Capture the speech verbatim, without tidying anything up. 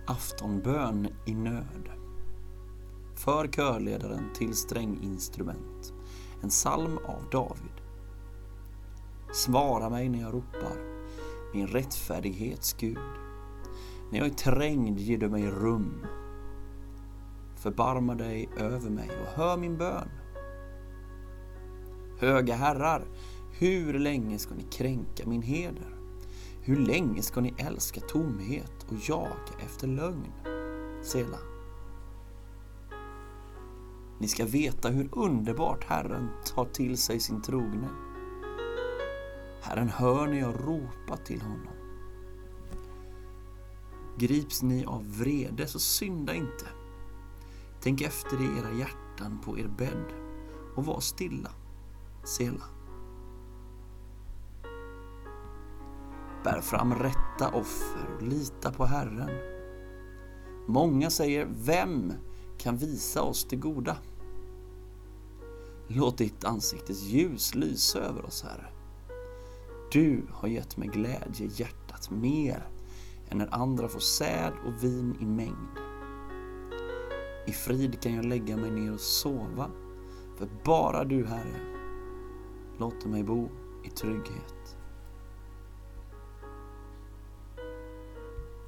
Aftonbön i nöd. För körledaren till stränginstrument. En psalm av David. Svara mig när jag ropar, min rättfärdighets Gud. När jag är trängd ger du mig rum. Förbarma dig över mig och hör min bön. Höga herrar, hur länge ska ni kränka min heder? Hur länge ska ni älska tomhet och jaga efter lögn? Sela. Ni ska veta hur underbart Herren tar till sig sin trogne. Herren hör när jag ropar till honom. Grips ni av vrede så synda inte. Tänk efter i era hjärtan på er bädd och var stilla. Sela. Bär fram rätta offer och lita på Herren. Många säger, vem kan visa oss det goda? Låt ditt ansiktes ljus lysa över oss, Herre. Du har gett mig glädje i hjärtat mer än när andra får säd och vin i mängd. I frid kan jag lägga mig ner och sova, för bara du, Herre, låter mig bo i trygghet.